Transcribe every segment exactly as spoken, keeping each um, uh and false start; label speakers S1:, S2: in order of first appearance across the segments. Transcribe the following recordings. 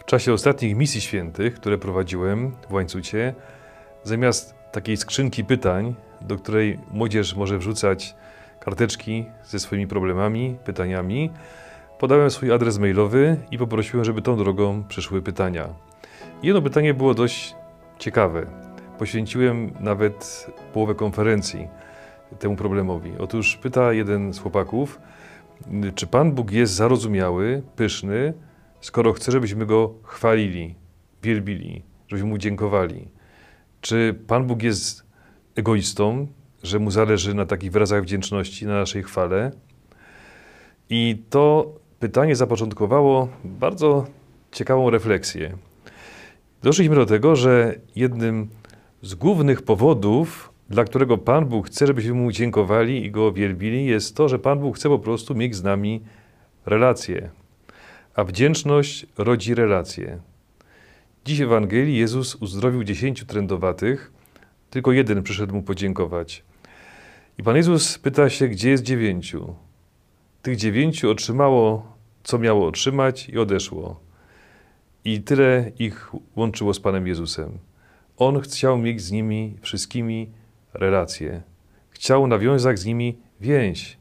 S1: czasie ostatnich misji świętych, które prowadziłem w Łańcucie, zamiast takiej skrzynki pytań, do której młodzież może wrzucać karteczki ze swoimi problemami, pytaniami, podałem swój adres mailowy i poprosiłem, żeby tą drogą przyszły pytania. Jedno pytanie było dość ciekawe. Poświęciłem nawet połowę konferencji temu problemowi. Otóż pyta jeden z chłopaków, czy Pan Bóg jest zarozumiały, pyszny, skoro chce, żebyśmy Go chwalili, wielbili, żebyśmy Mu dziękowali? Czy Pan Bóg jest egoistą, że Mu zależy na takich wyrazach wdzięczności, na naszej chwale? I to pytanie zapoczątkowało bardzo ciekawą refleksję. Doszliśmy do tego, że jednym z głównych powodów, dla którego Pan Bóg chce, żebyśmy Mu dziękowali i Go wielbili, jest to, że Pan Bóg chce po prostu mieć z nami relacje. A wdzięczność rodzi relacje. Dziś w Ewangelii Jezus uzdrowił dziesięciu trędowatych, tylko jeden przyszedł Mu podziękować. I Pan Jezus pyta się, gdzie jest dziewięciu? Tych dziewięciu otrzymało, co miało otrzymać i odeszło. I tyle ich łączyło z Panem Jezusem. On chciał mieć z nimi wszystkimi relacje. Chciał nawiązać z nimi więź.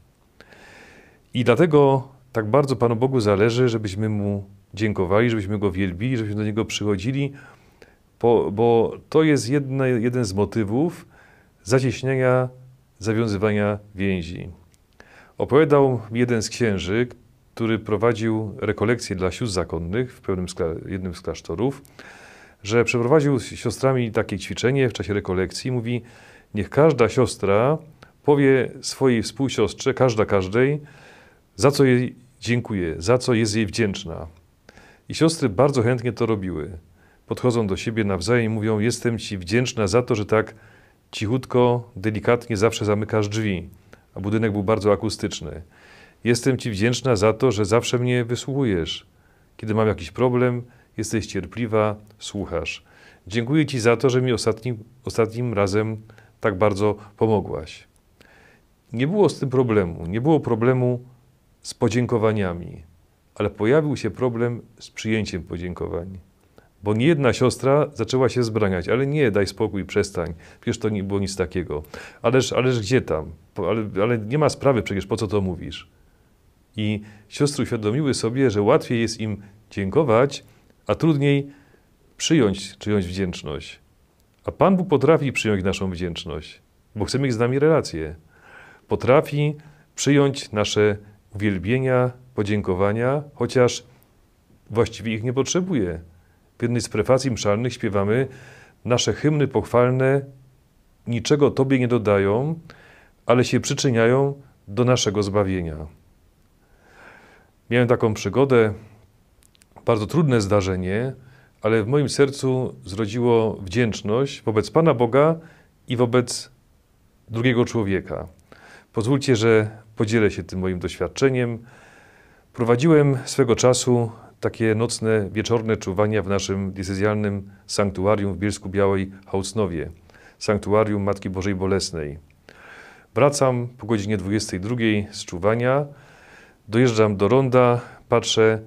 S1: I dlatego tak bardzo Panu Bogu zależy, żebyśmy Mu dziękowali, żebyśmy Go wielbili, żebyśmy do Niego przychodzili, bo, bo to jest jedna, jeden z motywów zacieśniania, zawiązywania więzi. Opowiadał mi jeden z księży, który prowadził rekolekcje dla sióstr zakonnych w pewnym jednym z klasztorów, że przeprowadził z siostrami takie ćwiczenie w czasie rekolekcji. Mówi, niech każda siostra powie swojej współsiostrze, każda każdej, za co jej dziękuję, za co jest jej wdzięczna. I siostry bardzo chętnie to robiły. Podchodzą do siebie nawzajem i mówią, jestem Ci wdzięczna za to, że tak cichutko, delikatnie zawsze zamykasz drzwi, a budynek był bardzo akustyczny. Jestem Ci wdzięczna za to, że zawsze mnie wysłuchujesz. Kiedy mam jakiś problem, jesteś cierpliwa, słuchasz. Dziękuję Ci za to, że mi ostatnim, ostatnim razem tak bardzo pomogłaś. Nie było z tym problemu, nie było problemu z podziękowaniami, ale pojawił się problem z przyjęciem podziękowań. Bo niejedna siostra zaczęła się zbraniać, ale nie, daj spokój, przestań, przecież to nie było nic takiego. Ależ, ależ gdzie tam? Ale, ale nie ma sprawy, przecież po co to mówisz? I siostry uświadomiły sobie, że łatwiej jest im dziękować, a trudniej przyjąć czyjąś wdzięczność. A Pan Bóg potrafi przyjąć naszą wdzięczność, bo chce mieć z nami relacje. Potrafi przyjąć nasze uwielbienia, podziękowania, chociaż właściwie ich nie potrzebuje. W jednej z prefacji mszalnych śpiewamy, nasze hymny pochwalne niczego Tobie nie dodają, ale się przyczyniają do naszego zbawienia. Miałem taką przygodę, bardzo trudne zdarzenie, ale w moim sercu zrodziło wdzięczność wobec Pana Boga i wobec drugiego człowieka. Pozwólcie, że podzielę się tym moim doświadczeniem. Prowadziłem swego czasu takie nocne, wieczorne czuwania w naszym diecezjalnym sanktuarium w Bielsku-Białej Hałcnowie, sanktuarium Matki Bożej Bolesnej. Wracam po godzinie dwudziestej drugiej z czuwania, dojeżdżam do ronda, patrzę,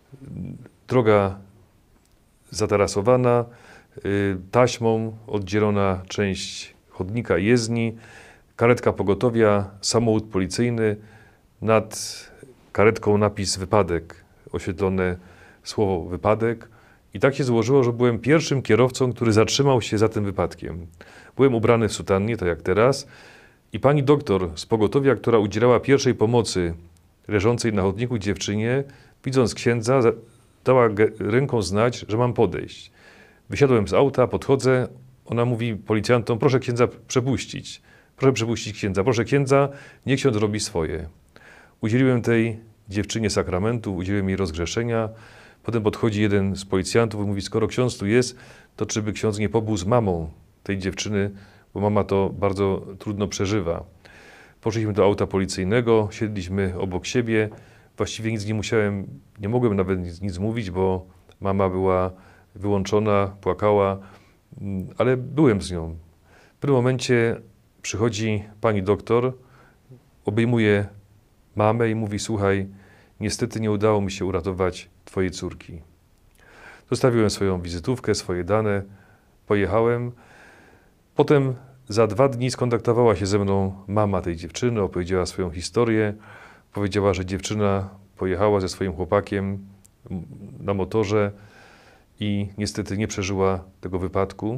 S1: droga zatarasowana, taśmą oddzielona część chodnika i jezdni, karetka pogotowia, samochód policyjny, nad karetką napis wypadek, oświetlone słowo wypadek. I tak się złożyło, że byłem pierwszym kierowcą, który zatrzymał się za tym wypadkiem. Byłem ubrany w sutannie, tak jak teraz, i pani doktor z pogotowia, która udzielała pierwszej pomocy leżącej na chodniku dziewczynie, widząc księdza, dała ręką znać, że mam podejść. Wysiadłem z auta, podchodzę, ona mówi policjantom, proszę księdza przepuścić. Proszę przepuścić księdza, proszę księdza, niech ksiądz robi swoje. Udzieliłem tej dziewczynie sakramentu, udzieliłem jej rozgrzeszenia. Potem podchodzi jeden z policjantów i mówi, skoro ksiądz tu jest, to czy by ksiądz nie pobył z mamą tej dziewczyny, bo mama to bardzo trudno przeżywa. Poszliśmy do auta policyjnego, siedliśmy obok siebie. Właściwie nic nie musiałem, nie mogłem nawet nic, nic mówić, bo mama była wyłączona, płakała, ale byłem z nią. W pewnym momencie przychodzi pani doktor, obejmuje mamę i mówi, słuchaj, niestety nie udało mi się uratować twojej córki. Zostawiłem swoją wizytówkę, swoje dane, pojechałem. Potem za dwa dni skontaktowała się ze mną mama tej dziewczyny, opowiedziała swoją historię. Powiedziała, że dziewczyna pojechała ze swoim chłopakiem na motorze i niestety nie przeżyła tego wypadku.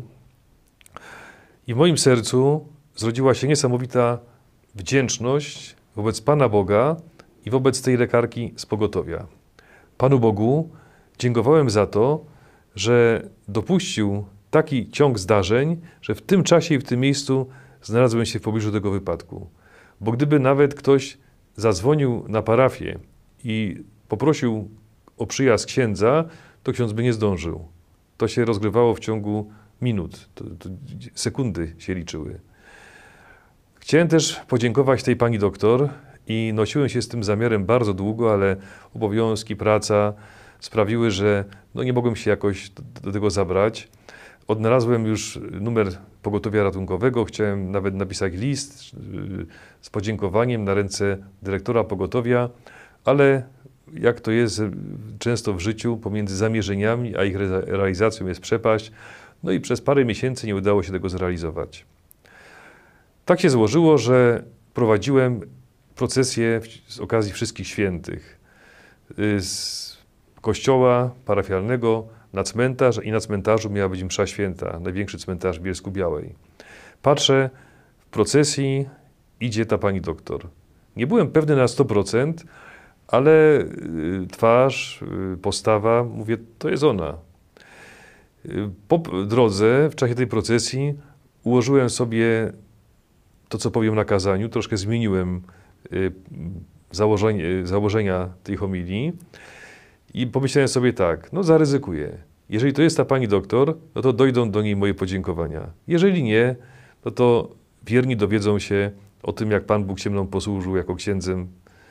S1: I w moim sercu zrodziła się niesamowita wdzięczność wobec Pana Boga i wobec tej lekarki z pogotowia. Panu Bogu dziękowałem za to, że dopuścił taki ciąg zdarzeń, że w tym czasie i w tym miejscu znalazłem się w pobliżu tego wypadku. Bo gdyby nawet ktoś zadzwonił na parafię i poprosił o przyjazd księdza, to ksiądz by nie zdążył. To się rozgrywało w ciągu minut, to, to sekundy się liczyły. Chciałem też podziękować tej pani doktor i nosiłem się z tym zamiarem bardzo długo, ale obowiązki, praca sprawiły, że no nie mogłem się jakoś do, do tego zabrać. Odnalazłem już numer pogotowia ratunkowego, chciałem nawet napisać list z podziękowaniem na ręce dyrektora pogotowia, ale jak to jest często w życiu, pomiędzy zamierzeniami a ich realizacją jest przepaść, no i przez parę miesięcy nie udało się tego zrealizować. Tak się złożyło, że prowadziłem procesję z okazji Wszystkich Świętych z kościoła parafialnego na cmentarz i na cmentarzu miała być msza święta, największy cmentarz w Bielsku-Białej. Patrzę, w procesji idzie ta pani doktor. Nie byłem pewny na sto procent, ale twarz, postawa, mówię, to jest ona. Po drodze, w czasie tej procesji ułożyłem sobie to, co powiem na kazaniu, troszkę zmieniłem założenie, założenia tej homilii i pomyślałem sobie tak, no zaryzykuję. Jeżeli to jest ta pani doktor, no to dojdą do niej moje podziękowania. Jeżeli nie, no to wierni dowiedzą się o tym, jak Pan Bóg się mną posłużył jako księdzem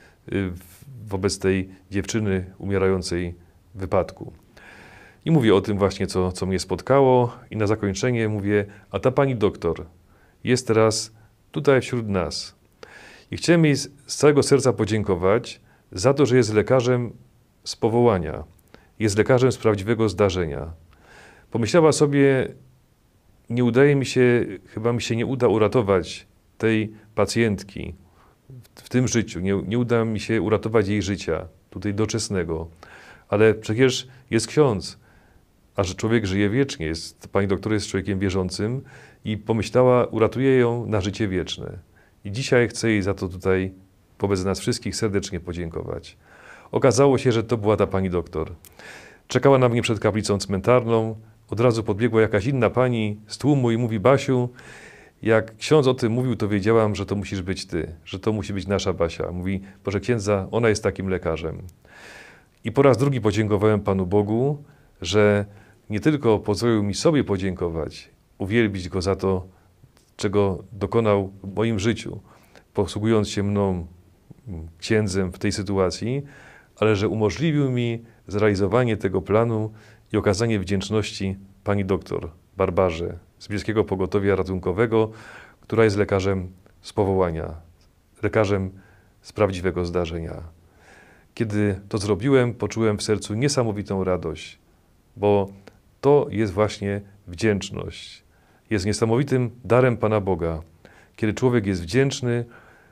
S1: wobec tej dziewczyny umierającej w wypadku. I mówię o tym właśnie, co, co mnie spotkało i na zakończenie mówię, a ta pani doktor jest teraz tutaj wśród nas. I chciałem jej z całego serca podziękować za to, że jest lekarzem z powołania, jest lekarzem z prawdziwego zdarzenia. Pomyślała sobie, nie udaje mi się, chyba mi się nie uda uratować tej pacjentki w, w tym życiu, nie, nie uda mi się uratować jej życia, tutaj doczesnego, ale przecież jest ksiądz, a że człowiek żyje wiecznie, jest, pani doktor jest człowiekiem wierzącym i pomyślała, uratuje ją na życie wieczne. I dzisiaj chcę jej za to tutaj wobec nas wszystkich serdecznie podziękować. Okazało się, że to była ta pani doktor. Czekała na mnie przed kaplicą cmentarną, od razu podbiegła jakaś inna pani z tłumu i mówi, Basiu, jak ksiądz o tym mówił, to wiedziałam, że to musisz być ty, że to musi być nasza Basia. Mówi, proszę księdza, ona jest takim lekarzem. I po raz drugi podziękowałem Panu Bogu, że nie tylko pozwolił mi sobie podziękować, uwielbić Go za to, czego dokonał w moim życiu, posługując się mną, księdzem w tej sytuacji, ale że umożliwił mi zrealizowanie tego planu i okazanie wdzięczności pani doktor Barbarze z Bielskiego Pogotowia Ratunkowego, która jest lekarzem z powołania, lekarzem z prawdziwego zdarzenia. Kiedy to zrobiłem, poczułem w sercu niesamowitą radość, bo to jest właśnie wdzięczność. Jest niesamowitym darem Pana Boga. Kiedy człowiek jest wdzięczny,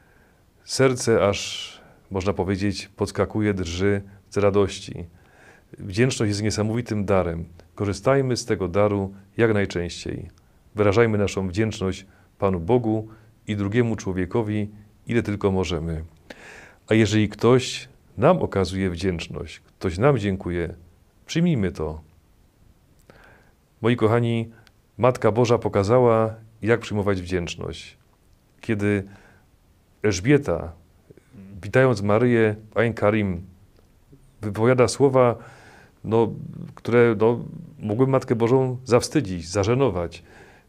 S1: serce aż, można powiedzieć, podskakuje, drży z radości. Wdzięczność jest niesamowitym darem. Korzystajmy z tego daru jak najczęściej. Wyrażajmy naszą wdzięczność Panu Bogu i drugiemu człowiekowi, ile tylko możemy. A jeżeli ktoś nam okazuje wdzięczność, ktoś nam dziękuje, przyjmijmy to. Moi kochani, Matka Boża pokazała, jak przyjmować wdzięczność. Kiedy Elżbieta, witając Maryję, Ein Karim, wypowiada słowa, no, które no, mogły Matkę Bożą zawstydzić, zażenować.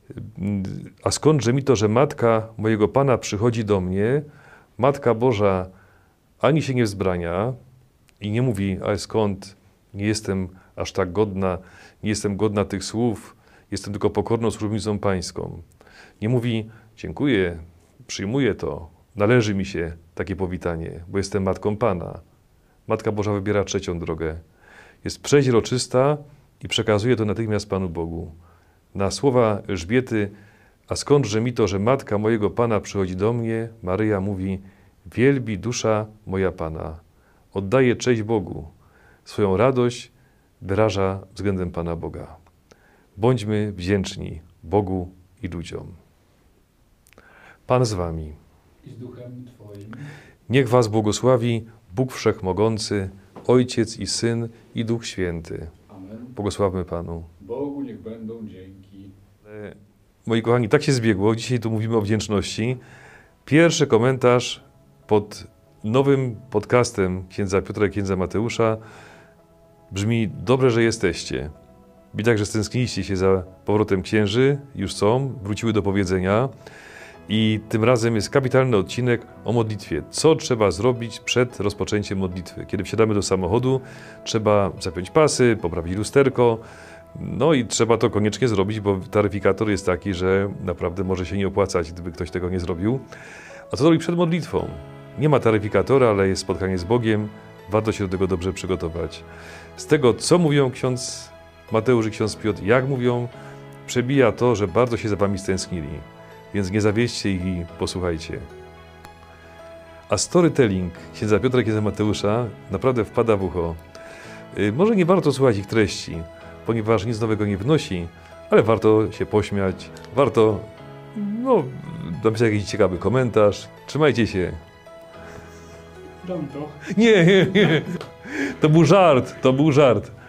S1: A skądże mi to, że Matka mojego Pana przychodzi do mnie, Matka Boża ani się nie wzbrania i nie mówi, ale skąd, nie jestem aż tak godna, nie jestem godna tych słów, jestem tylko pokorną służebnicą pańską. Nie mówi, dziękuję, przyjmuję to, należy mi się takie powitanie, bo jestem Matką Pana. Matka Boża wybiera trzecią drogę. Jest przeźroczysta i przekazuję to natychmiast Panu Bogu. Na słowa Elżbiety: a skądże mi to, że matka mojego Pana przychodzi do mnie, Maryja mówi: wielbi dusza moja Pana, oddaje cześć Bogu, swoją radość wyraża względem Pana Boga. Bądźmy wdzięczni Bogu i ludziom. Pan z wami.
S2: I z duchem Twoim.
S1: Niech was błogosławi Bóg Wszechmogący, Ojciec i Syn i Duch Święty.
S2: Amen.
S1: Błogosławmy Panu.
S2: Bogu niech będą dzięki.
S1: E, Moi kochani, tak się zbiegło, dzisiaj tu mówimy o wdzięczności. Pierwszy komentarz pod nowym podcastem księdza Piotra i księdza Mateusza brzmi: dobrze, że jesteście. Widać, że stęskniliście się za powrotem księży, już są, wróciły do powiedzenia. I tym razem jest kapitalny odcinek o modlitwie. Co trzeba zrobić przed rozpoczęciem modlitwy? Kiedy wsiadamy do samochodu, trzeba zapiąć pasy, poprawić lusterko. No i trzeba to koniecznie zrobić, bo taryfikator jest taki, że naprawdę może się nie opłacać, gdyby ktoś tego nie zrobił. A co robić przed modlitwą? Nie ma taryfikatora, ale jest spotkanie z Bogiem. Warto się do tego dobrze przygotować. Z tego, co mówią ksiądz Mateusz i ksiądz Piotr, jak mówią, przebija to, że bardzo się za wami stęsknili. Więc nie zawieźcie ich i posłuchajcie. A storytelling księdza Piotra i księdza Mateusza naprawdę wpada w ucho. Yy, może nie warto słuchać ich treści, ponieważ nic nowego nie wnosi, ale warto się pośmiać, warto no, napisać jakiś ciekawy komentarz. Trzymajcie się.
S2: Dam to.
S1: Nie, nie, nie. To był żart, to był żart.